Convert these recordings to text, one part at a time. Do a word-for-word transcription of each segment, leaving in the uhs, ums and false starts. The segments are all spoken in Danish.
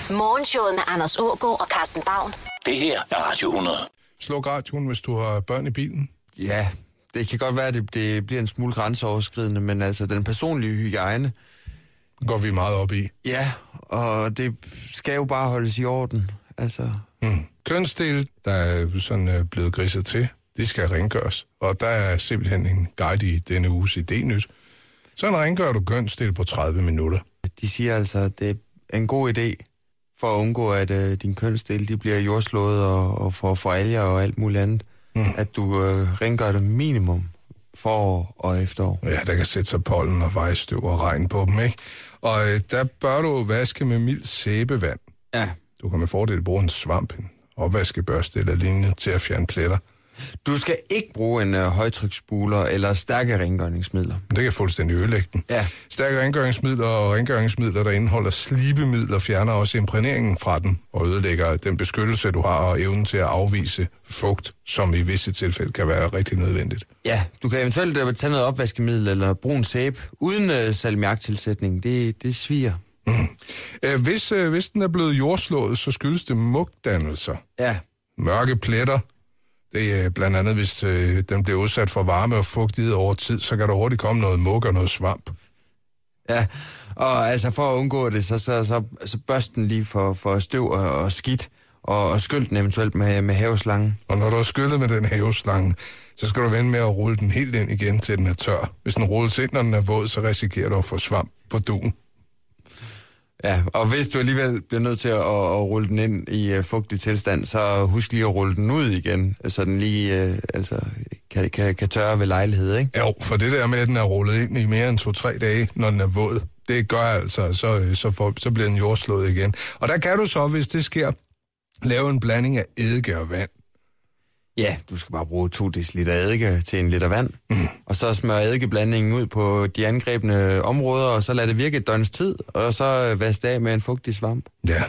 Morgenshowet med Anders Aagaard og Carsten Baum. Det her er Radio hundrede. Sluk radioen, hvis du har børn i bilen. Ja, det kan godt være, at det, det bliver en smule grænseoverskridende, men altså den personlige hygiejne går vi meget op i. Ja, og det skal jo bare holdes i orden. Altså. Mm. Kønsdele, der er sådan blevet griset til, de skal rengøres. Og der er simpelthen en guide i denne uges idényt. Sådan rengør du kønsdele på tredive minutter. De siger altså, at det er en god idé for at undgå, at øh, din kønsdele de bliver jordslået og, og får for alger og alt muligt andet. Mm. At du øh, rengør det minimum forår og efterår. Ja, der kan sætte sig pollen og vejstøv og regn på dem, ikke? Og øh, der bør du vaske med mild sæbevand. Ja. Du kan med fordel bruge en svamp, en opvaskebørste eller lignende til at fjerne pletter. Du skal ikke bruge en øh, højtryksspuler eller stærke rengøringsmidler. Det kan fuldstændig ødelægge den. Ja. Stærke rengøringsmidler og rengøringsmidler, der indeholder slibemidler, fjerner også imprægneringen fra den og ødelægger den beskyttelse, du har og evnen til at afvise fugt, som i visse tilfælde kan være rigtig nødvendigt. Ja, du kan eventuelt uh, tage noget opvaskemiddel eller brun sæbe uden uh, salmiaktilsætning. Det, det sviger. Mm. Æh, hvis, øh, hvis den er blevet jordslået, så skyldes det mugdannelser. Ja. Mørke pletter. Det er blandt andet, hvis øh, den bliver udsat for varme og fugtighed over tid, så kan der hurtigt komme noget mug og noget svamp. Ja, og altså for at undgå det, så, så, så, så børst den lige for, for støv og, og skidt, og, og skyld den eventuelt med, med haveslangen. Og når du har skyllet med den haveslange, så skal du vende med at rulle den helt ind igen, til den er tør. Hvis den rulles ind, når den er våd, så risikerer du at få svamp på duen. Ja, og hvis du alligevel bliver nødt til at, at, at rulle den ind i uh, fugtig tilstand, så husk lige at rulle den ud igen, så den lige uh, altså, kan, kan, kan tørre ved lejlighed, ikke? Jo, for det der med, at den er rullet ind i mere end to-tre dage, når den er våd, det gør altså, så, så, for, så bliver den jordslået igen. Og der kan du så, hvis det sker, lave en blanding af eddike og vand. Ja, du skal bare bruge to deciliter eddike til en liter vand, mm. og så smøre eddikeblandingen ud på de angrebne områder, og så lad det virke et døgns tid, og så vaske af med en fugtig svamp. Ja,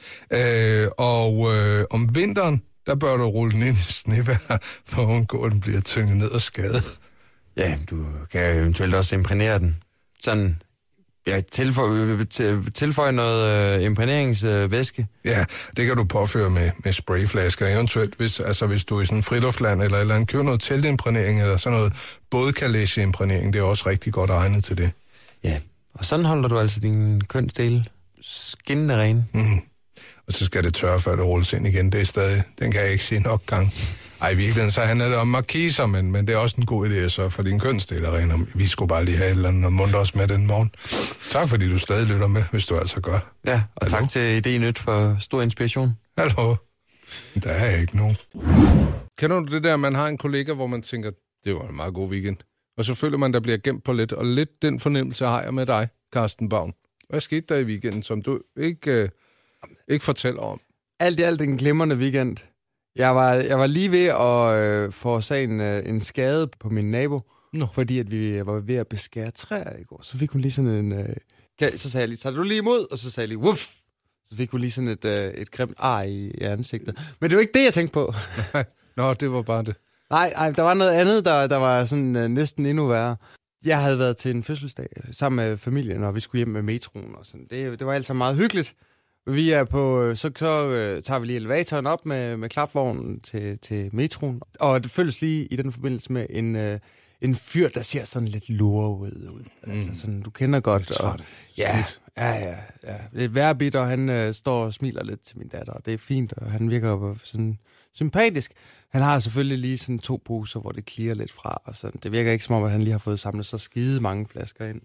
øh, og øh, om vinteren, der bør du rulle den ind i snevejr, for at undgå, at den bliver tynget ned og skadet. Ja, du kan eventuelt også imprægnere den. Sådan, ja, tilføje, tilføje noget øh, imprægneringsvæske. Øh, ja, det kan du påføre med, med sprayflasker. Eventuelt, hvis, altså, hvis du er i sådan en friluftland eller et eller andet, køber noget teltimprægnering eller sådan noget bådkalæsjeimprægnering, det er også rigtig godt egnet til det. Ja, og sådan holder du altså din kønsdele skinnende rene. Mm. Og så skal det tørre, før det rulles ind igen. Det er stadig, den kan jeg ikke sige nok gang. Ej, i virkeligheden, så handler det om markiser, men, men det er også en god idé at sørge for din kønsdele rene. Vi skulle bare lige have et eller andet og muntre os med den morgen. Tak, fordi du stadig lytter med, hvis du altså gør. Ja, og Hallo? Tak til idényt for stor inspiration. Hallo. Der er ikke nogen. Kender du det der, man har en kollega, hvor man tænker, det var en meget god weekend, og så føler man, der bliver gemt på lidt, og lidt den fornemmelse har jeg med dig, Carsten Baum. Hvad skete der i weekenden, som du ikke, øh, ikke fortæller om? Alt i alt en glimrende weekend. Jeg var, jeg var lige ved at øh, forårsage en, øh, en skade på min nabo, no. fordi at vi var ved at beskære træer i går. Så fik hun lige sådan en... Øh, så sagde jeg lige, tager du lige imod? Og så sagde jeg lige, wuff! Så fik hun lige sådan et, øh, et grimt ar i, i ansigtet. Men det var ikke det, jeg tænkte på. Nå, det var bare det. Nej, nej, der var noget andet, der, der var sådan øh, næsten endnu værre. Jeg havde været til en fødselsdag sammen med familien, og vi skulle hjem med metroen og sådan. Det, det var altså meget hyggeligt. Vi er på, så, så øh, tager vi lige elevatoren op med, med klapvognen til, til metroen. Og det følges lige i den forbindelse med en, øh, en fyr, der ser sådan lidt lurvet ud. Mm. Altså sådan, du kender godt. Og, ja, ja, ja, ja. Det er værbit, og han øh, står og smiler lidt til min datter. Og det er fint, og han virker sådan sympatisk. Han har selvfølgelig lige sådan to poser, hvor det klirrer lidt fra. Og sådan. Det virker ikke som om, at han lige har fået samlet så skide mange flasker ind.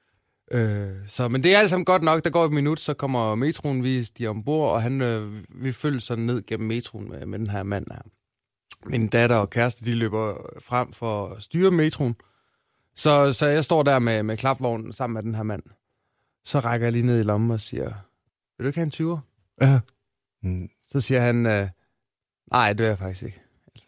Øh, så, men det er alt sammen godt nok. Der går et minut, så kommer metroen, vi stiger ombord, og han, øh, vi følger sådan ned gennem metroen med, med den her mand her. Min datter og kæreste, de løber frem for at styre metroen. Så, så jeg står der med, med klapvognen sammen med den her mand. Så rækker jeg lige ned i lommen og siger, vil du ikke have en tyver? Ja. Mm. Så siger han, øh, nej, det er jeg faktisk ikke.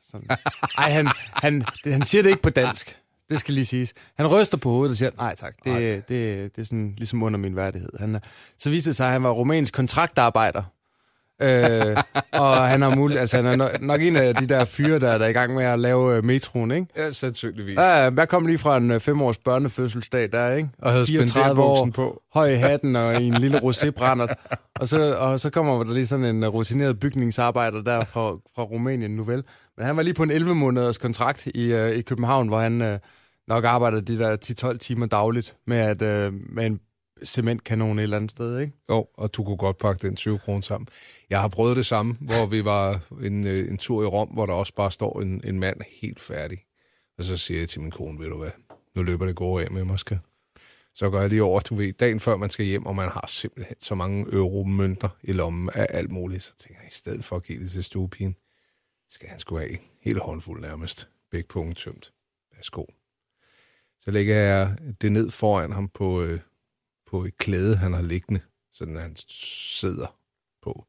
Ej, han, han, han siger det ikke på dansk. Det skal lige siges. Han ryster på hovedet og siger, nej tak, det, det, det, det er sådan ligesom under min værdighed. Han, så viste det sig, at han var rumænsk kontraktarbejder. øh, og han har muligt, altså han er nok, nok en af de der fyre, der, der er i gang med at lave uh, metroen, ikke? Ja, sandsynligvis. Ja, jeg kom lige fra en uh, femårs børnefødselsdag der, ikke? Og havde fireogtredive år, på. høj i hatten og i en lille rosébrændert. Og så, og så kommer der lige sådan en rutineret bygningsarbejder der fra, fra Rumænien nu vel. Men han var lige på en elleve måneders kontrakt i, uh, i København, hvor han uh, nok arbejder de der ti til tolv timer dagligt med, at, uh, med en cementkanon et eller andet sted, ikke? Jo, og du kunne godt pakke den tyve kroner sammen. Jeg har prøvet det samme, hvor vi var en, en tur i Rom, hvor der også bare står en, en mand helt færdig. Og så siger jeg til min kone, ved du hvad, nu løber det gode af med måske. Så går jeg lige over, du ved, dagen før man skal hjem, og man har simpelthen så mange euro-mønter i lommen af alt muligt. Så tænker jeg, i stedet for at give det til stuepigen, skal han sgu have hele håndfuld nærmest. Begge punkter tømt. Værsgo. Så lægger jeg det ned foran ham på... Øh, på et klæde, han har liggende, sådan han sidder på.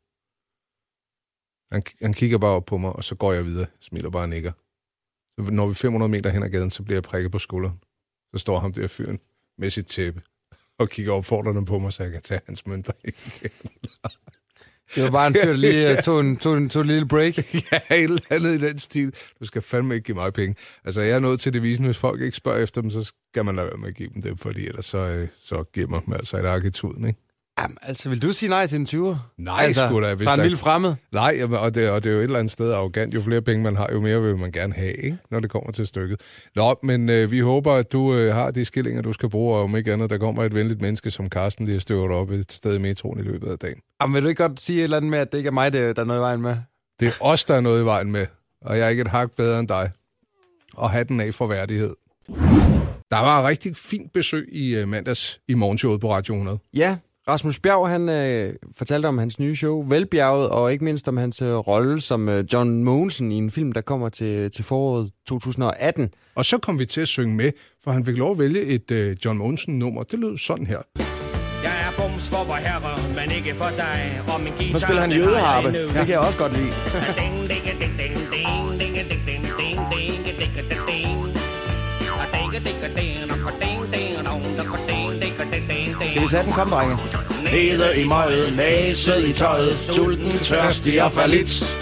Han, han kigger bare op på mig, og så går jeg videre, smiler bare og nikker. Så når vi er fem hundrede meter hen ad gaden, så bliver jeg prikket på skulderen. Så står ham der fyren med sit tæppe og kigger opfordrende på mig, så jeg kan tage hans mønter igen. Det var bare en fyr, der lige tog en, tog, en, tog en lille break. Ja, et eller andet i den stil. Du skal fandme ikke give mig penge. Altså, jeg er nået til devisen, hvis folk ikke spørger efter dem, så skal man lade være med at give dem det, fordi ellers så, så giver man dem altså et ark i tuden, ikke? Jamen, altså, vil du sige nej til en tyver? Nej, altså, sgu da. Fra en lille fremmed? Nej, og det, og det er jo et eller andet sted arrogant. Jo flere penge man har, jo mere vil man gerne have, ikke? Når det kommer til stykket. Nå, men øh, vi håber, at du øh, har de skillinger, du skal bruge, og om ikke andet, der kommer et venligt menneske som Carsten, lige støver op et sted i metroen i løbet af dagen. Jamen, vil du ikke godt sige et eller andet med, at det ikke er mig, der er noget i vejen med? Det er os, der er noget i vejen med, og jeg er ikke et hak bedre end dig. Og hatten af for værdighed. Der var et rigtig fint besøg i øh, mandags i morgenshowet på Radio hundrede. Ja, Rasmus Bjerg, han øh, fortalte om hans nye show, Velbjerget, og ikke mindst om hans øh, rolle som øh, John Mogensen i en film, der kommer til, til foråret to tusind og atten. Og så kom vi til at synge med, for han fik lov at vælge et øh, John Mogensen-nummer. Det lød sådan her. Jeg er bums for vor herre, men ikke for dig. Og min guitar, nu spiller han jødeharpe. Det kan jeg også godt lide. Skal vi tage den? Kom, drenge. Nede i møget, næset i tøjet, sulten, tørstig og fallit.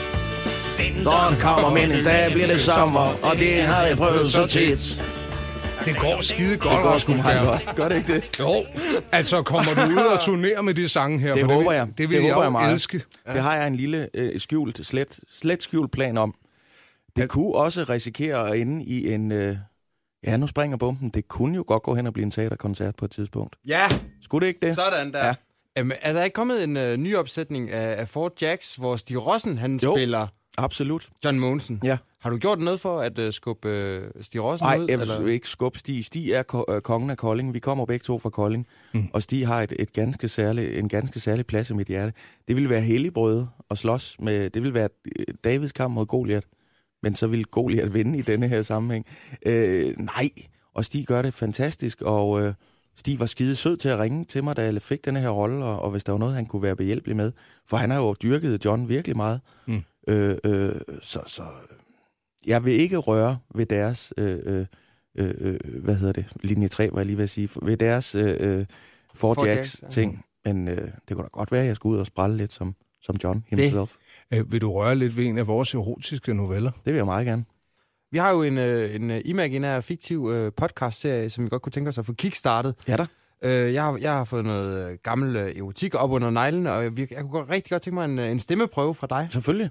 Dagen kommer, men en dag bliver det sommer, og det har jeg prøvet så tit. Det går skide godt, det går sgu meget godt. Gør det ikke det? Jo. Altså, kommer du ud og turnerer med de sange her? Det håber jeg. Det, det vil det jeg, håber jeg meget. elske. Ja. Det har jeg en lille øh, skjult, slet, slet skjult plan om. Det ja. kunne også risikere at ende i en... Øh, ja, nu springer bomben. Det kunne jo godt gå hen og blive en teaterkoncert på et tidspunkt. Ja. Skulle det ikke det? Sådan der. Ja. Jamen, er der ikke kommet en øh, ny opsætning af, af Fort Jacks, hvor Stig Rossen, han jo. spiller... Absolut. John Mogensen. Ja. Har du gjort noget for at uh, skubbe uh, Stig Rossen Ej, ud? Nej, jeg vil vil ikke skubbe Stig. Stig er ko- øh, kongen af Kolding. Vi kommer begge to fra Kolding. Mm. Og Stig har et, et ganske særlig, en ganske særlig plads i mit hjerte. Det ville være helligbrøde at slås med. Det ville være Davids kamp mod Goliat. Men så ville Goliat vinde i denne her sammenhæng. Øh, nej, og Stig gør det fantastisk. Og øh, Stig var skide sød til at ringe til mig, da jeg fik denne her rolle. Og, og hvis der var noget, han kunne være behjælpelig med. For han har jo dyrket John virkelig meget. Mm. Øh, øh, så, så jeg vil ikke røre ved deres øh, øh, øh, hvad hedder det, linje tre, var jeg lige ved at sige, ved deres øh, Fort Jacks ting, ja. Men øh, det kunne da godt være, at jeg skulle ud og sprælle lidt som, som John himself. Øh, vil du røre lidt ved en af vores erotiske noveller? Det vil jeg meget gerne. Vi har jo en, en imaginær fiktiv podcast-serie, som vi godt kunne tænke os at få kickstartet. Ja da. Jeg har, jeg har fået noget gammel erotik op under neglene, og jeg, jeg kunne godt, rigtig godt tænke mig en, en stemmeprøve fra dig. Selvfølgelig.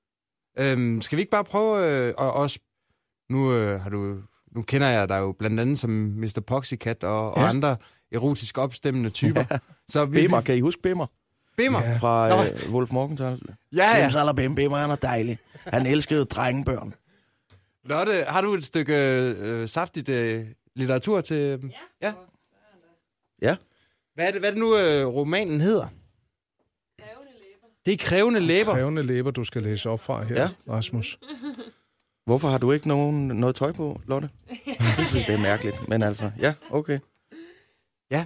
Øhm, skal vi ikke bare prøve øh, og også nu øh, har du nu kender jeg dig jo blandt andet som mister Poxycat og, ja. og andre erotisk opstemmende typer. Ja. Så vi, Bimmer, kan I huske Bimmer? Bimmer ja. Fra øh, Wolf Morgenthaler. Ja, ja. Simsalabim, Bim, Bimmer, han er dejlig. Han elskede drengebørn. Lotte, har du et stykke øh, saftigt øh, litteratur til? Ja. Ja. Ja. Hvad er det, hvad er det nu øh, romanen hedder? Krævende læber. Det er Krævende læber. Krævende læber, du skal læse op fra her, ja. Rasmus. Hvorfor har du ikke nogen, noget tøj på, Lotte? Jeg synes, det er mærkeligt, men altså, ja, okay. Ja.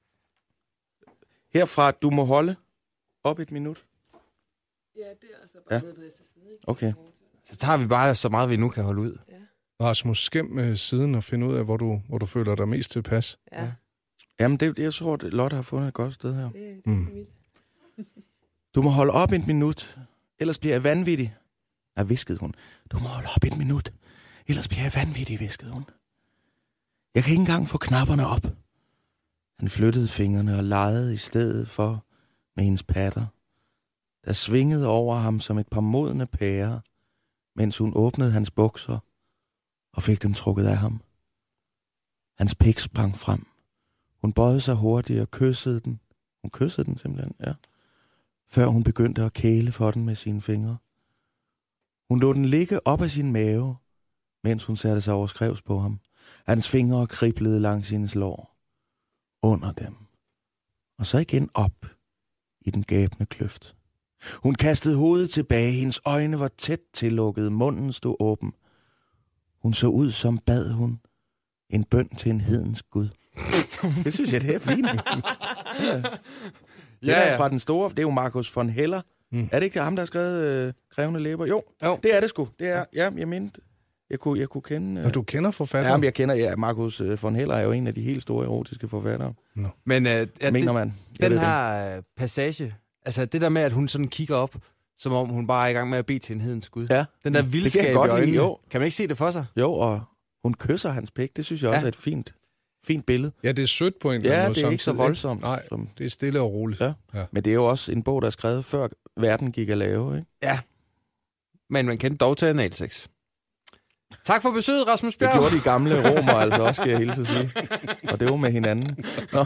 Herfra, du må holde op et minut. Ja, det er altså bare ja. Nede på næste side, ikke? Okay. Så tager vi bare så meget, vi nu kan holde ud. Ja. Rasmus, skæm med siden og finde ud af, hvor du, hvor du føler dig mest tilpas. Ja. Jamen, det, jeg tror, at Lotte har fundet et godt sted her. Det, det mm. Du må holde op et minut, ellers bliver jeg vanvittig. Nej, viskede hun. Du må holde op et minut, ellers bliver jeg vanvittig, viskede hun. Jeg kan ikke engang få knapperne op. Han flyttede fingrene og legede i stedet for med hendes patter, der svingede over ham som et par modne pærer, mens hun åbnede hans bukser og fik dem trukket af ham. Hans pik sprang frem. Hun bøjede sig hurtigt og kyssede den. Hun kyssede den simpelthen, ja. Før hun begyndte at kæle for den med sine fingre. Hun lod den ligge op af sin mave, mens hun satte sig over skrevs på ham. Hans fingre kriblede langs hendes lår. Under dem. Og så igen op i den gabende kløft. Hun kastede hovedet tilbage. Hendes øjne var tæt tillukket. Munden stod åben. Hun så ud som bad hun en bøn til en hedens gud. Det synes jeg, det er fint. Ja. Det ja, ja. Er fra den store, det er jo Markus von Heller. Mm. Er det ikke ham, der har skrevet øh, Krævende læber? Jo, jo, det er det sgu. Det er, ja, jeg mente, jeg kunne, jeg kunne kende... Øh... Og du kender forfatteren? Ja, jeg kender, ja, Markus øh, von Heller er jo en af de helt store erotiske forfattere. No. Men øh, ja, mener man. Den her det. passage, altså det der med, at hun sådan kigger op, som om hun bare er i gang med at bede til en hedens gud. Ja. Den der vildskab i øjnene. Jo. Kan man ikke se det for sig? Jo, og hun kysser hans pik. Det synes jeg også ja. er et fint, fint billede. Ja, det er sødt på en eller anden måde. Ja, det er ikke så voldsomt. Nej, som... det er stille og roligt. Ja. Ja. Men det er jo også en bog, der er skrevet før verden gik at lave, ikke? Ja. Men man kendte dog til analsex. Tak for besøget, Rasmus Bjerg. Det gjorde de gamle romer altså også, skal jeg hilse at sige. Og det var med hinanden. Nå.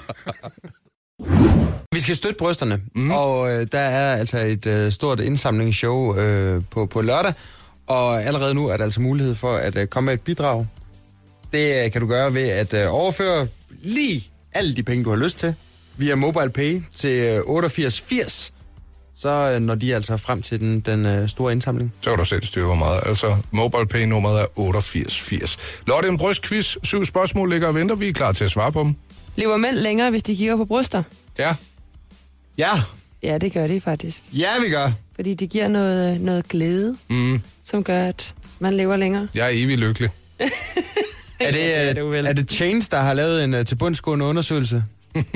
Vi skal støtte brysterne, mm. og øh, der er altså et øh, stort indsamlingsshow øh, på, på lørdag, og allerede nu er der altså mulighed for at øh, komme med et bidrag. Det øh, kan du gøre ved at øh, overføre lige alle de penge, du har lyst til, via MobilePay til øh, otteogfirs firs, så øh, når de altså frem til den, den øh, store indsamling. Så kan du selv styre, hvor meget. Altså, MobilePay-nummeret er otteogfirs firs. Lotte, en brystquiz. Syv spørgsmål ligger og venter. Vi er klar til at svare på dem. Lever mænd længere, hvis de kigger på bryster? Ja. Ja. Ja, det gør de faktisk. Ja, vi gør. Fordi det giver noget, noget glæde, mm. som gør, at man lever længere. Jeg er evig lykkelig. er, det, ja, det er, er det Change, der har lavet en uh, tilbundsgående undersøgelse?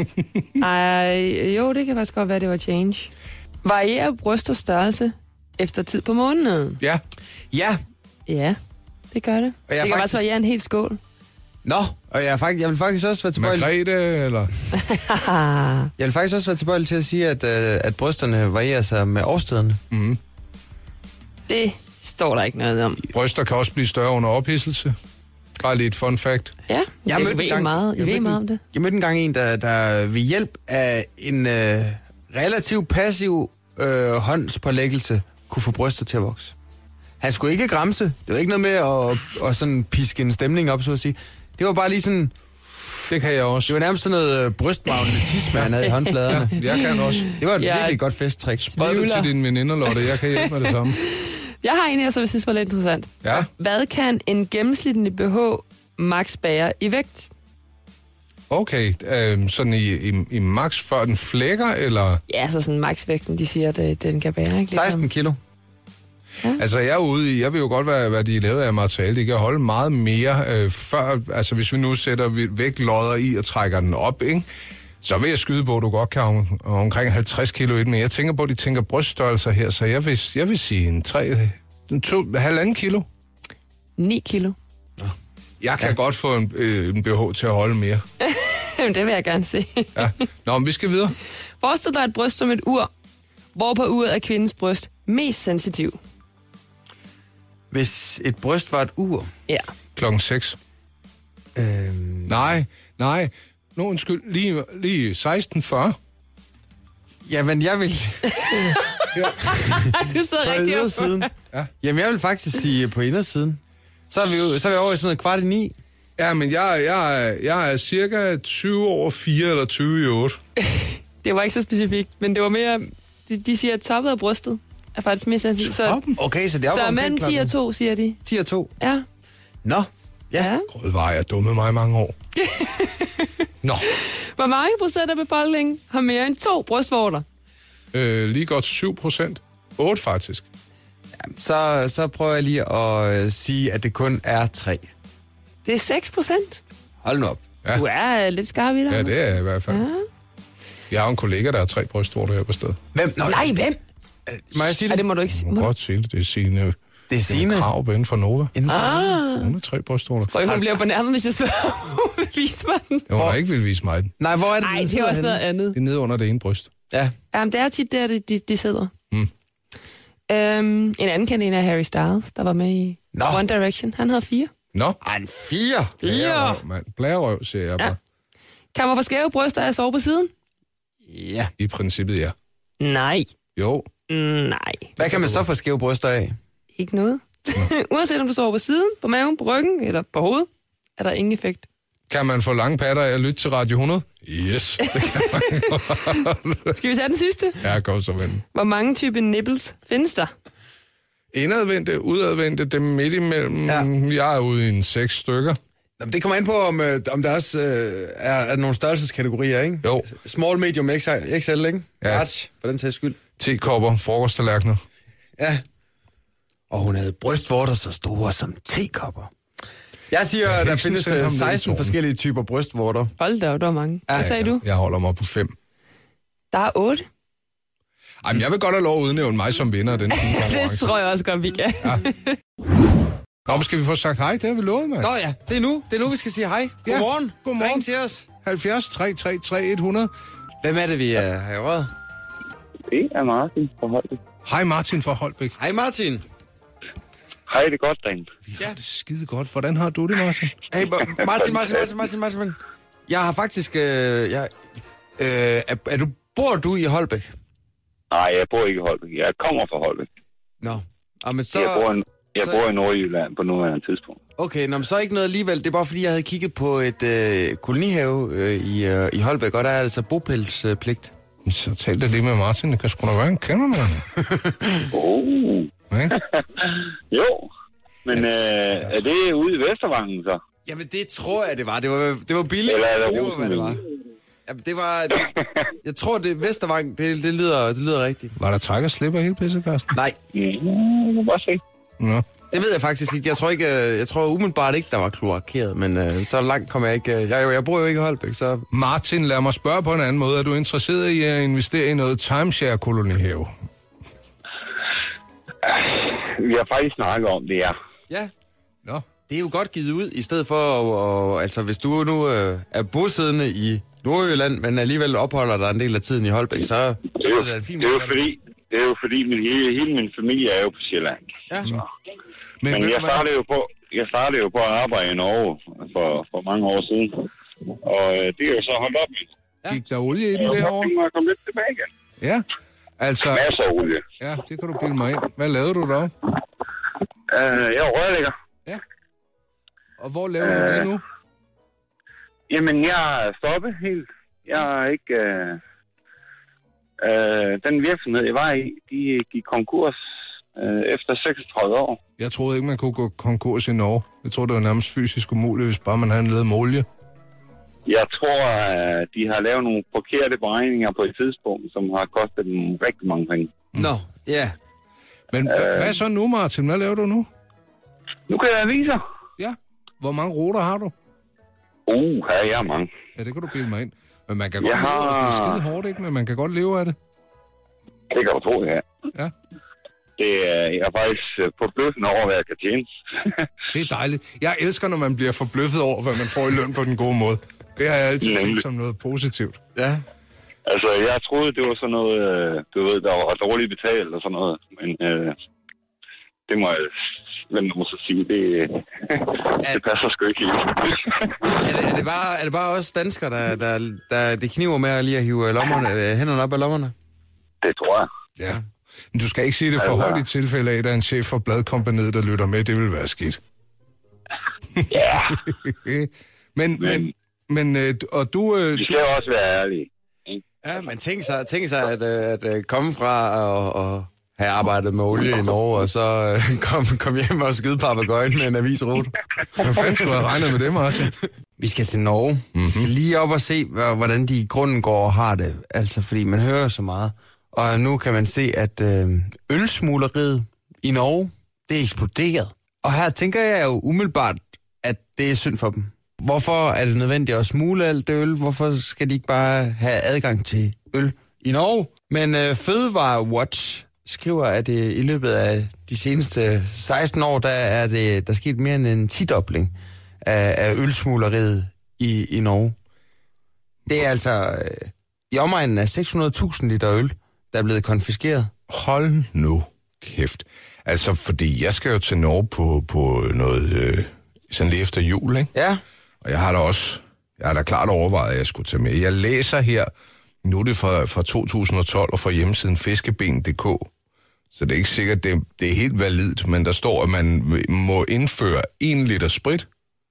Ej, jo, det kan faktisk godt være, det var Change. Varierer brysters størrelse efter tid på måneden? Ja. Ja. Ja, det gør det. Det kan faktisk... faktisk variere en hel skål. Nå, og jeg, faktisk, jeg vil faktisk også være tilbøjelig... Margrethe, eller? Jeg vil faktisk også være tilbøjelig til at sige, at, øh, at brysterne varierer sig med årstiderne. Mm. Det står der ikke noget om. Bryster kan også blive større under ophidselse. Bare lidt fun fact. Ja, jeg ved gang, meget, jeg ved meget om det. Jeg mødte engang en, der, der ved hjælp af en øh, relativt passiv øh, håndspålæggelse kunne få bryster til at vokse. Han skulle ikke gramse. Det var ikke noget med at, at sådan piske en stemning op, så at sige. Det var bare lige sådan... Det kan jeg også. Det var nærmest sådan noget brystmagnetisme, han havde i håndfladerne. Ja, jeg kan også. Det var et ja, virkelig godt festtrik. Spred det til dine veninder, Lotte. Jeg kan hjælpe med det samme. Jeg har en her, som jeg synes var lidt interessant. Ja. Hvad kan en gennemsnitlig B H max bære i vægt? Okay, øh, sådan i, i, i max før den flækker, eller? Ja, så sådan max-vægten, de siger, at øh, den kan bære, ikke? seksten kilo. Ja. Altså, jeg er ude i, jeg vil jo godt være, hvad de er lavet af materiale. De kan holde meget mere øh, før, altså hvis vi nu sætter vægtlodder i og trækker den op, ikke? Så vil jeg skyde på, at du godt kan om, omkring halvtreds kilo i den, men jeg tænker på, at de tænker bryststørrelser her, så jeg vil, jeg vil sige en tre, en to, halvanden kilo. ni kilo. Jeg kan ja. godt få en, øh, en B H til at holde mere. Det vil jeg gerne se. Ja. Nå, men vi skal videre. Forestil dig et bryst som et ur. Hvor på uret er kvindens bryst mest sensitiv? Hvis et bryst var et ur? Ja. Klokken seks. Øhm... Nej, nej. Nå, undskyld. Lige, lige seksten fyrre. Jamen, jeg vil... Du sidder rigtig op siden. Ja. Jamen, jeg vil faktisk sige på indersiden. Så er vi jo så er vi over i sådan noget kvart i ni. Ja, men jeg, jeg, jeg er cirka tyve over fire eller tyve i otte. Det var ikke så specifikt, men det var mere... De, de siger, at toppet af brystet er faktisk mere sensitivt. Så, okay, så det er så mellem ti og to, siger de. ti og to? Ja. Nå, ja. ja. Grød var jeg dumme mig i mange år. Nå. Hvor mange procent af befolkningen har mere end to brystvorter? Øh, lige godt syv procent. otte faktisk. Ja, så, så prøver jeg lige at øh, sige, at det kun er tre. Det er seks procent. Hold nu op. Ja. Du er lidt skarp i dig. Ja, det er jeg i hvert fald. Ja. Jeg har en kollega, der har tre brystvorter her på stedet. Hvem? Nå, Nej, hvem? må jeg sige Ej, det? det må du ikke sige. Jeg må godt sige det. Det er Signe. Det er Signe. Krav inden for Nova. Inden for... Ah, Hun har tre brystvorter. tror jeg, hun bliver fornærmet, hvis jeg spørger. Vis mig den. Jeg har ikke vil vise mig den. Nej, hvor er det, Nej, den det er sidder også henne? noget andet. Det er nede under det ene bryst. Ja. Jamen, det er tit der, de, de, de sidder. Mm. Øhm, en anden kendt en er Harry Styles, der var med i Nå. One Direction. Han havde fire. Nå. Ej, en fire. Blærerøv, mand. Blærerøv, siger jeg bare. Ja. Kan man få skæve bryster af at sove på siden? Ja. I princippet, ja. Nej. Jo. Mm, nej. Hvad kan man så få skæve bryster af? Ikke noget. Uanset om du sover på siden, på maven, på ryggen eller på hovedet, er der ingen effekt. Kan man få lange patter af at lytte til Radio hundrede? Yes. Det kan man. Skal vi tage den sidste? Ja, kom så, ven. Hvor mange typer nipples findes der? Indadvendte, udadvendte, dem midt imellem. Ja. Jeg er ude i en seks stykker. Jamen, det kommer an på, om, øh, om der også øh, er, er nogle størrelseskategorier, ikke? Jo. Small, medium, X L, ikke? Ja. Large, for den sags skyld. Tekopper, frokosttallerkener. Ja. Og hun havde brystvorter så store som tekopper. Jeg siger, Jeg at der ikke findes sådan set øh, ham ned i seksten tårnet. forskellige typer brystvorter. Hold da, der var mange. Hvad sagde du? Jeg holder mig på fem. Der er otte. Ej, men jeg vil godt have lov at udnævne mig som vinder af den fine Det konkurrence. tror jeg også godt, vi kan. Nå, men skal vi få sagt hej? Det har vi lovet, mand. Nå ja, det er nu. Det er nu, vi skal sige hej. Ja. Godmorgen. Godmorgen. Ring til os. halvfjerds tre tre tre hundrede. Hvem er det, vi er her i røret? Det er Martin fra Holbæk. Hej Martin fra Holbæk. Hej Martin. Hej, det er godt, dreng. Ja, det er skide godt. Hvordan har du det, Martin? Hey, Martin, Martin, Martin, Martin, Martin, Martin. Jeg har faktisk... Øh, jeg, øh, er, er du, bor du i Holbæk? Nej, jeg bor ikke i Holbæk. Jeg kommer fra Holbæk. Nå. Og men så, Jeg bor, i- jeg så- bor i Nordjylland på nuværende tidspunkt. Okay, nå, men så ikke noget alligevel. Det er bare fordi, jeg havde kigget på et øh, kolonihave øh, i, øh, i Holbæk, og der er altså bopælspligt. Så tal det lige med Martin. Det kan sgu da være, han kender mig. Oh. Ja? Jo, men øh, er det ude i Vestervangen så? Jamen, det tror jeg, det var. Det var, det var billigt. Eller er det det var, hvad det var. Jamen, det var... Det, jeg tror, det er Vestervang. Det, det, lyder, det lyder rigtigt. Var der træk og slipper hele pisset, Karsten? Nej, Mm, jeg må bare se. Nå. det ved jeg faktisk ikke. Jeg tror ikke, øh, jeg tror umiddelbart ikke, der var kloakeret, men øh, så langt kommer jeg ikke. øh, Jeg, jeg bor jo ikke i Holbæk, så... Martin, lad mig spørge på en anden måde. Er du interesseret i at investere i noget timeshare-kolonihave? Vi har faktisk snakket om det, ja. Ja, Nå. det er jo godt givet ud, i stedet for at... Og, altså, hvis du nu øh, er bosiddende i Nordjylland, men alligevel opholder dig en del af tiden i Holbæk, så... Det er jo, da en fin det er jo måde. fordi, det er jo fordi min, hele, hele min familie er jo på Sjælland. Ja. Så. Men, Men ved jeg du hvad? startede jo på, jeg startede jo på at arbejde i Norge for, for mange år siden. Og øh, det er jo så holdt op med. Gik der olie i den Jeg kunne godt derovre? tænke mig at komme lidt tilbage igen. Ja. Altså, Masser af olie. ja, det kan du bilde mig ind. Hvad lavede du der? Uh, jeg er rørlægger. Og hvor laver du det nu? Jamen, jeg er stoppet helt. Jeg er ikke... Uh, uh, den virksomhed, jeg var i, de gik konkurs uh, efter seksogtredive år. Jeg troede ikke, man kunne gå konkurs i Norge. Jeg troede, det var nærmest fysisk umuligt, hvis bare man havde en led med olie. Jeg tror, uh, de har lavet nogle forkerte beregninger på et tidspunkt, som har kostet dem rigtig mange penge. Nå, ja. Men øh... hvad så nu, Martin? Hvad laver du nu? Nu kan jeg vise dig. Ja. Hvor mange ruter har du? Uh, her er jeg mange. Ja, det kan du bilde mig ind. Men man kan godt Jeg leve af det. Det er har- skide hårdt, ikke? Men man kan godt leve af det. Det kan du tro, det her. Ja. Det er, jeg er faktisk øh, forbløffende over, hvad jeg kan tjene. Det er dejligt. Jeg elsker, når man bliver forbløffet over, hvad man får i løn på den gode måde. Det har jeg altid set Nemlig. som noget positivt. Ja. Altså, jeg troede, det var sådan noget, øh, du ved, der var dårligt betalt og sådan noget. Men øh, det må jeg vende mig så sige, det, det passer sgu ikke helt. Er det, er, det bare, er det bare os danskere, der, der, der det kniver med at lige at hive lommerne, øh, hænderne op af lommerne? Det tror jeg. Ja. Men du skal ikke sige det for Altså- højt i tilfælde af, at der er en chef for bladkompaniet, der lytter med. Det vil være skidt. Ja, men, men, men, øh, og du... Øh, vi du skal jo også være ærlige. Ja, men tænk sig, tænk sig at, øh, at, at komme fra og, og have arbejdet med olie i Norge, og så øh, komme kom hjem og skyde papegøjen med en avisrute. hvad fanden skulle jeg have regnet med det, Martin? Vi skal til Norge. Mm-hmm. Vi skal lige op og se, hvordan de i grunden går og har det. Altså, fordi man hører så meget. Og nu kan man se, at øh, ølsmugleriet i Norge, det er eksploderet. Og her tænker jeg jo umiddelbart, at det er synd for dem. Hvorfor er det nødvendigt at smule alt det øl? Hvorfor skal de ikke bare have adgang til øl i Norge? Men øh, Fødevare Watch skriver, at øh, i løbet af de seneste seksten år, der er det der er sket mere end en tidobling af, af ølsmugleriet i, i Norge. Det er altså øh, i omegnen af seks hundrede tusind liter øl, der er blevet konfiskeret. Hold nu kæft. Altså, fordi jeg skal jo til Norge på, på noget, øh, sådan lige efter jul, ikke? Ja. Og jeg har da også, jeg har da klart overvejet, at jeg skulle tage med. Jeg læser her, nu er det fra, fra to tusind og tolv og fra hjemmesiden fiskeben punktum d k. Så det er ikke sikkert, det, det er helt validt, men der står, at man må indføre en liter sprit,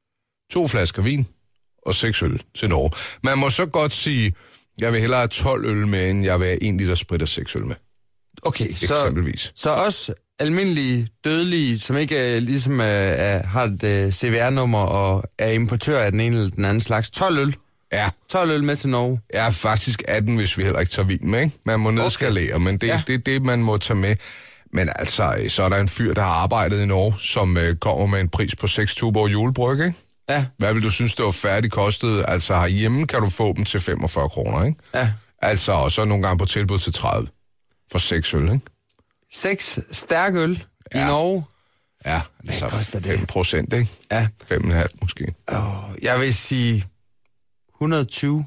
to flasker vin og seks øl til Norge. Man må så godt sige, jeg vil hellere have tolv øl med, end jeg vil have en liter sprit og seks øl med. Okay, så, så også almindelige dødelige, som ikke uh, ligesom uh, uh, har et uh, C V R-nummer og er importør af den ene eller den anden slags, tolv øl. Ja. tolv øl med til Norge. Ja, faktisk atten, hvis vi heller ikke tager vin med, ikke? Man må nedskalere, okay. Men det er ja. det, det, man må tage med. Men altså, så er der en fyr, der har arbejdet i Norge, som uh, kommer med en pris på seks Tuborg julebryg, ikke? Ja. Hvad vil du synes, det var færdigt kostet? Altså, herhjemme kan du få dem til femogfyrre kroner, ikke? Ja. Altså, og så nogle gange på tilbud til tredive. For seks øl, ikke? Seks stærke øl ja. i Norge. Ja, altså koster det? fem procent, ikke? Ja. fem komma fem måske. Oh, jeg vil sige et hundrede og tyve.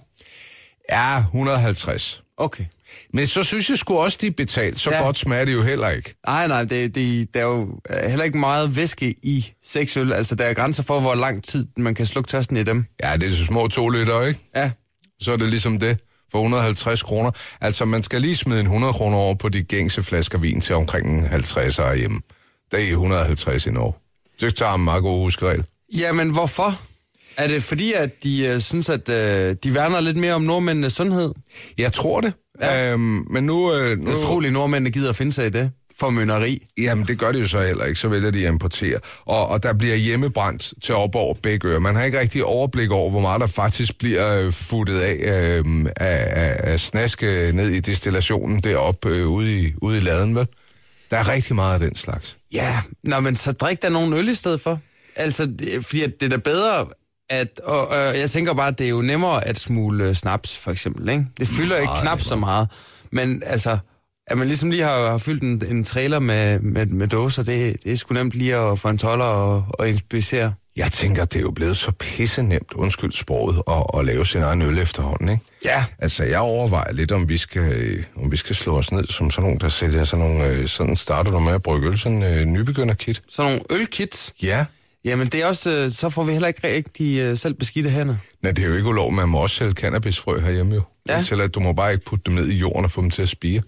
Ja, et hundrede og halvtreds. Okay. Men så synes jeg sgu også, de er betalt. Så ja. Godt smager det jo heller ikke. Nej, nej, det, det, der er jo heller ikke meget væske i seks øl. Altså, der er grænser for, hvor lang tid man kan slukke tørsten i dem. Ja, det er så små to liter, ikke? Ja. Så er det ligesom det. For et hundrede og halvtreds kroner. Altså, man skal lige smide en hundrede kroner over på de gængse flasker vin til omkring halvtreds hjemme. Det er et hundrede og halvtreds i Norge. Det tager en meget god huskeregel. Jamen, hvorfor? Er det fordi, at de uh, synes, at uh, de værner lidt mere om nordmændenes sundhed? Jeg tror det. Ja. Øhm, men nu... Uh, nu... Det er utroligt, nordmændene gider at finde sig i det. Formynderi. Jamen, det gør de jo så heller ikke. Så vælger de at importere. Og, og der bliver hjemmebrændt til op over begge ører. Man har ikke rigtig overblik over, hvor meget der faktisk bliver øh, futtet af, øh, af, af, af snaske ned i destillationen deroppe øh, ude, i, ude i laden, vel? Der er rigtig meget af den slags. Ja, nå, men så drik der nogen øl i stedet for. Altså, det, fordi det er da bedre... At, og, og jeg tænker bare, at det er jo nemmere at smule snaps, for eksempel, ikke? Det fylder ikke knap så meget. Men altså, at man ligesom lige har, har fyldt en, en trailer med, med, med dåser, det, det er sgu nemt lige at få en toller og, og inspicere. Jeg tænker, det er jo blevet så pisse nemt, undskyld sproget, at, at lave sin egen øl efterhånden, ikke? Ja. Altså, jeg overvejer lidt, om vi skal, om vi skal slå os ned som sådan nogen, der sælger sådan nogle, sådan starter du med at brygge øl, sådan en uh, nybegynderkit. Sådan nogle ølkits? Ja. Jamen, det er også, så får vi heller ikke rigtig uh, selv beskidte hænder. Nej, det er jo ikke ulovligt. Man må også sælge cannabisfrø herhjemme jo. Ja. Selv at du må bare ikke putte dem ned i jorden og få dem til at spire.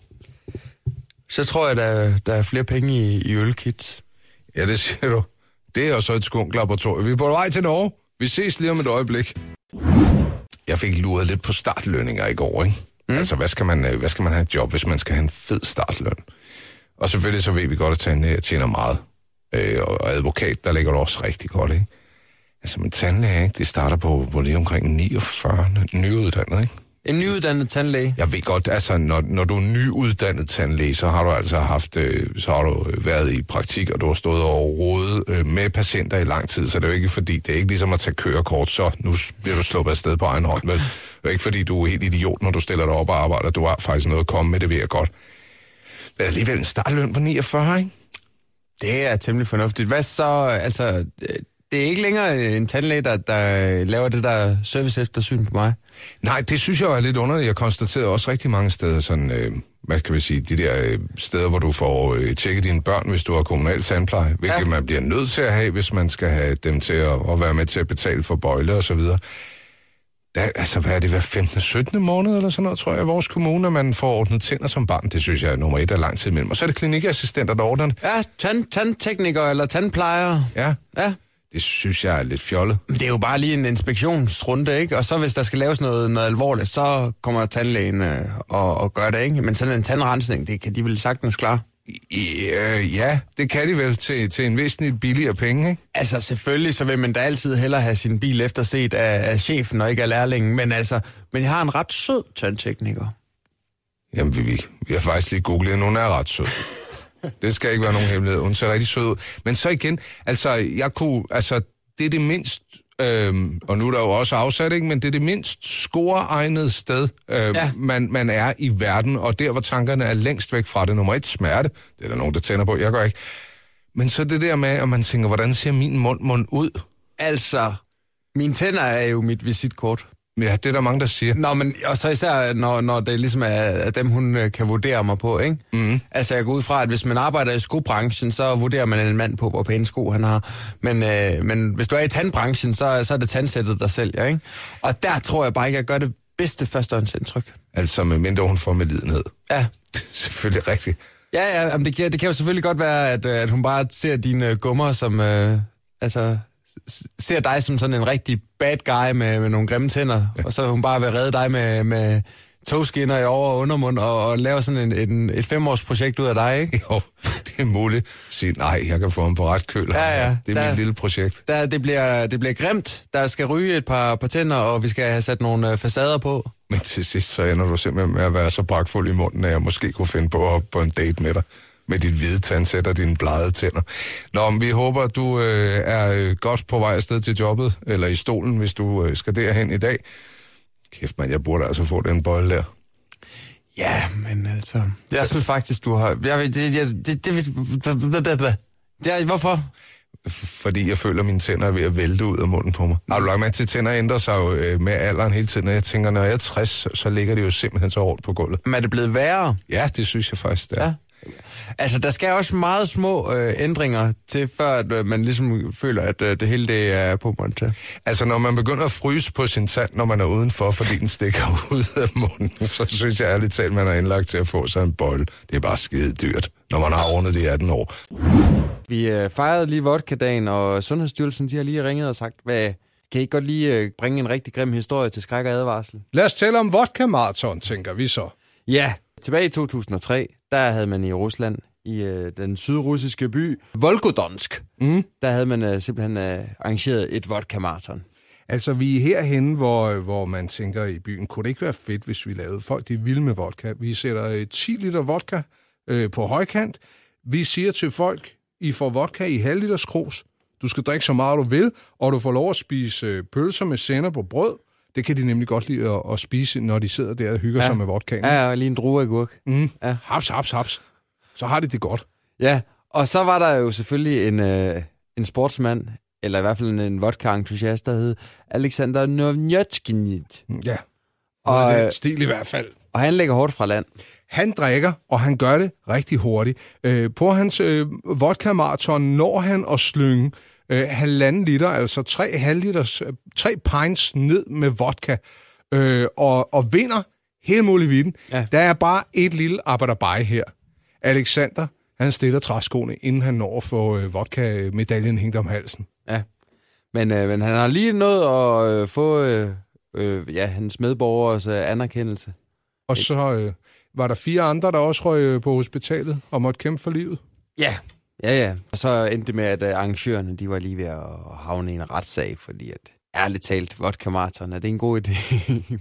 Så tror jeg, der, der er flere penge i, i ølkits. Ja, det siger du. Det er jo så et skunklaboratorium. Vi er på vej til Norge. Vi ses lige om et øjeblik. Jeg fik luret lidt på startlønninger i går, ikke? Mm. Altså, hvad skal, man, hvad skal man have et job, hvis man skal have en fed startløn? Og selvfølgelig så ved vi godt, at tandlæger tjener meget. Øh, og advokat, der ligger det også rigtig godt, ikke? Altså, men tandlæger, ikke? Det starter på, på lige omkring niogfyrre nyuddannet, ikke? En nyuddannet tandlæge? Jeg ved godt, altså, når, når du er nyuddannet tandlæge, så har du altså haft, øh, så har du været i praktik, og du har stået og rodet øh, med patienter i lang tid, så det er jo ikke fordi, det er ikke ligesom at tage kørekort, så nu bliver du sluppet afsted på egen hånd, vel? Det er ikke fordi, du er helt idiot, når du stiller dig op og arbejder, du har faktisk noget at komme med, det ved jeg godt. Men alligevel en startløn på niogfyrre, ikke? Det er temmelig fornuftigt. Hvad så, altså, det er ikke længere en tandlæge, der, der laver det der service-eftersyn på mig? Nej, det synes jeg er lidt underligt. Jeg konstaterede også rigtig mange steder, sådan, øh, hvad kan vi sige, de der øh, steder, hvor du får øh, tjekket dine børn, hvis du har kommunal tandpleje, hvilket ja. man bliver nødt til at have, hvis man skal have dem til at, at være med til at betale for bøjle og så videre. Der, altså, hvad er det, hver femtende syttende måned eller sådan noget, tror jeg, i vores kommune, at man får ordnet tænder som barn. Det synes jeg er nummer et af lang tid imellem. Og så er det klinikassistenter, der ordner det. Ja, tand, tandteknikere eller tandplejere. Ja. Ja. Det synes jeg er lidt fjollet. Det er jo bare lige en inspektionsrunde, ikke? Og så hvis der skal laves noget, noget alvorligt, så kommer tandlægen øh, og, og gør det, ikke? Men sådan en tandrensning, det kan de vel sagtens klare. Øh, ja, det kan de vel til, til en væsentligt billigere penge, ikke? Altså selvfølgelig, så vil man da altid hellere have sin bil efterset af, af chefen og ikke af lærlingen, men altså, men jeg har en ret sød tandtekniker. Jamen, vi, vi har faktisk lige googlet, at nogen er ret sød. Det skal ikke være nogen hemmelighed. Hun ser rigtig sød ud. Men så igen, altså, jeg kunne, altså, det er det mindst øhm, og nu er der jo også afsat, ikke? Men det er det mindst scoreegnede sted, øh, ja. man, man er i verden, og der, hvor tankerne er længst væk fra det. Nummer et, smerte. Det er der nogen, der tænder på. Jeg gør ikke. Men så det der med, at man tænker, hvordan ser min mund, mund ud? Altså, mine tænder er jo mit visitkort. Ja, det er der mange, der siger. Nå, men og så især, når, når det ligesom er dem, hun kan vurdere mig på, ikke? Mm. Altså, jeg går ud fra, at hvis man arbejder i skobranchen, så vurderer man en mand på, hvor pæne sko han har. Men, øh, men hvis du er i tandbranchen, så, så er det tandsættet, der sælger, ikke? Og der tror jeg bare ikke, at jeg gør det bedste førstehåndsindtryk. Altså, med mindre hun får medlidenhed. Ja. Det er selvfølgelig rigtigt. Ja, ja, det kan, det kan jo selvfølgelig godt være, at, at hun bare ser dine gummer som, øh, altså... ser dig som sådan en rigtig bad guy med, med nogle grimme tænder, ja. Og så hun bare vil redde dig med, med togskinner i over- og undermund, og, og lave sådan en, en, et femårsprojekt ud af dig, ikke? Jo, det er muligt. Sige, nej, jeg kan få ham på ret køl. Ja, ja. Det er der, mit lille projekt. Der, det, bliver, det bliver grimt. Der skal ryge et par, par tænder, og vi skal have sat nogle facader på. Men til sidst, så ender du simpelthen med at være så bragtfuld i munden, at jeg måske kunne finde på at på en date med dig. Med dit hvide tandsæt og dine bladede tænder. Nå, men vi håber, at du øh, er godt på vej afsted til jobbet, eller i stolen, hvis du øh, skal derhen i dag. Kæft, man, jeg burde altså få den bøjle der. Ja, men altså... Jeg synes faktisk, du har... Jeg, det, jeg, det, det, det, hvorfor? Fordi jeg føler, at mine tænder er ved at vælte ud af munden på mig. Har du lagt mærke til, at tænder ændrer sig jo øh, med alderen hele tiden, og jeg tænker, når jeg er tres, så ligger det jo simpelthen så rundt på gulvet. Men er det blevet værre? Ja, det synes jeg faktisk, det er. Ja. Altså, der skal også meget små øh, ændringer til, før at, øh, man ligesom føler, at øh, det hele det er på montage. Altså, når man begynder at fryse på sin tand, når man er udenfor, fordi den stikker ud af munden, så synes jeg ærligt talt, man er indlagt til at få sig en bolle. Det er bare skide dyrt, når man har rundet de atten år. Vi øh, fejrede lige vodkadagen, og Sundhedsstyrelsen, de har lige ringet og sagt, hvad... Kan I godt lige øh, bringe en rigtig grim historie til skræk og advarsel? Lad os tale om vodka-marathon, tænker vi så. Ja, tilbage i to tusind og tre, der havde man i Rusland, i øh, den sydrussiske by Volgodonsk, mm. der havde man øh, simpelthen øh, arrangeret et vodka-marathon. Altså, vi er herhenne, hvor, hvor man tænker i byen, kunne det ikke være fedt, hvis vi lavede folk, de er vilde med vodka. Vi sætter øh, ti liter vodka øh, på højkant. Vi siger til folk, I får vodka i halv liters krus. Du skal drikke så meget, du vil, og du får lov at spise øh, pølser med sennep på brød. Det kan de nemlig godt lide at, at spise, når de sidder der og hygger ja. sig med vodkaen. Ja, og lige en drueagurk. Mm. Ja. Haps, haps, haps. Så har de det godt. Ja, og så var der jo selvfølgelig en, øh, en sportsmand, eller i hvert fald en, en vodka-entusiast, der hed Alexander Novnjotskynit. Ja, og det er et stil i hvert fald. Og han lægger hårdt fra land. Han drikker, og han gør det rigtig hurtigt. Øh, på hans øh, vodka-marathon når han at slynge øh, halvanden liter, altså tre halvliters, øh, tre pints ned med vodka, øh, og, og vinder hele muligheden. Ja. Der er bare et lille arbejderbej her. Alexander, han stiller træskoene, inden han når at få øh, vodka-medaljen hængt om halsen. Ja, men, øh, men han har lige nået at øh, få øh, øh, ja, hans medborgers øh, anerkendelse. Og så øh, var der fire andre, der også røg på hospitalet og måtte kæmpe for livet. Ja, ja, ja. Og så endte det med, at arrangørerne, de var lige ved at havne i en retssag, fordi at ærligt talt, vodka-marathon, er det en god idé?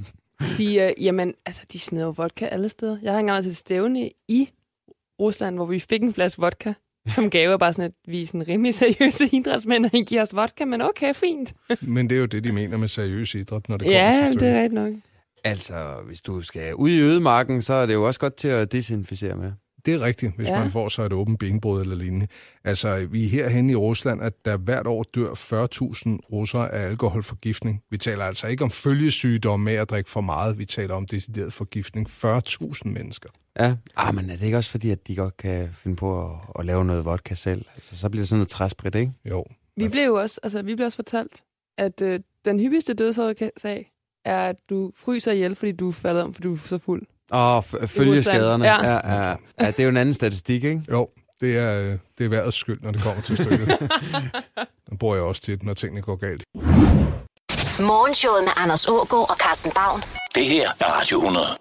de, øh, jamen, altså, de smider jo vodka alle steder. Jeg har engang været til stævne i Rusland, hvor vi fik en flaske vodka, som gave bare sådan, at vi er sådan rimelig seriøse idrætsmænd, og I giver os vodka, men okay, fint. Men det er jo det, de mener med seriøs idræt, når det kommer ja, til stykket. Ja, det er rigtigt nok. Altså, hvis du skal ud i ødemarken, så er det jo også godt til at desinficere med. Det er rigtigt, hvis ja. man får så et åbent benbrud eller lignende. Altså, vi er herhenne i Rusland, at der hvert år dør fyrre tusind russere af alkoholforgiftning. Vi taler altså ikke om følgesygdomme med at drikke for meget. Vi taler om decideret forgiftning. fyrre tusind mennesker. Ja, ah, men er det ikke også fordi, at de godt kan finde på at, at lave noget vodka selv? Altså, så bliver det sådan noget træsprit, ikke? Jo. Vi blev jo også, altså, vi blev også fortalt, at øh, den hyppigste dødsårsag er, at du fryser ihjel, fordi du falder om, fordi du er så fuld. Åh, oh, følge skaderne. Ja. Ja, ja, ja. Det er jo en anden statistik, ikke? Jo, det er, det er vejrets skyld, når det kommer til stykket. Den bruger jeg også tit, når tingene går galt. Morgenshowet med Anders Aagaard og Carsten Baum. Det her er Radio hundrede.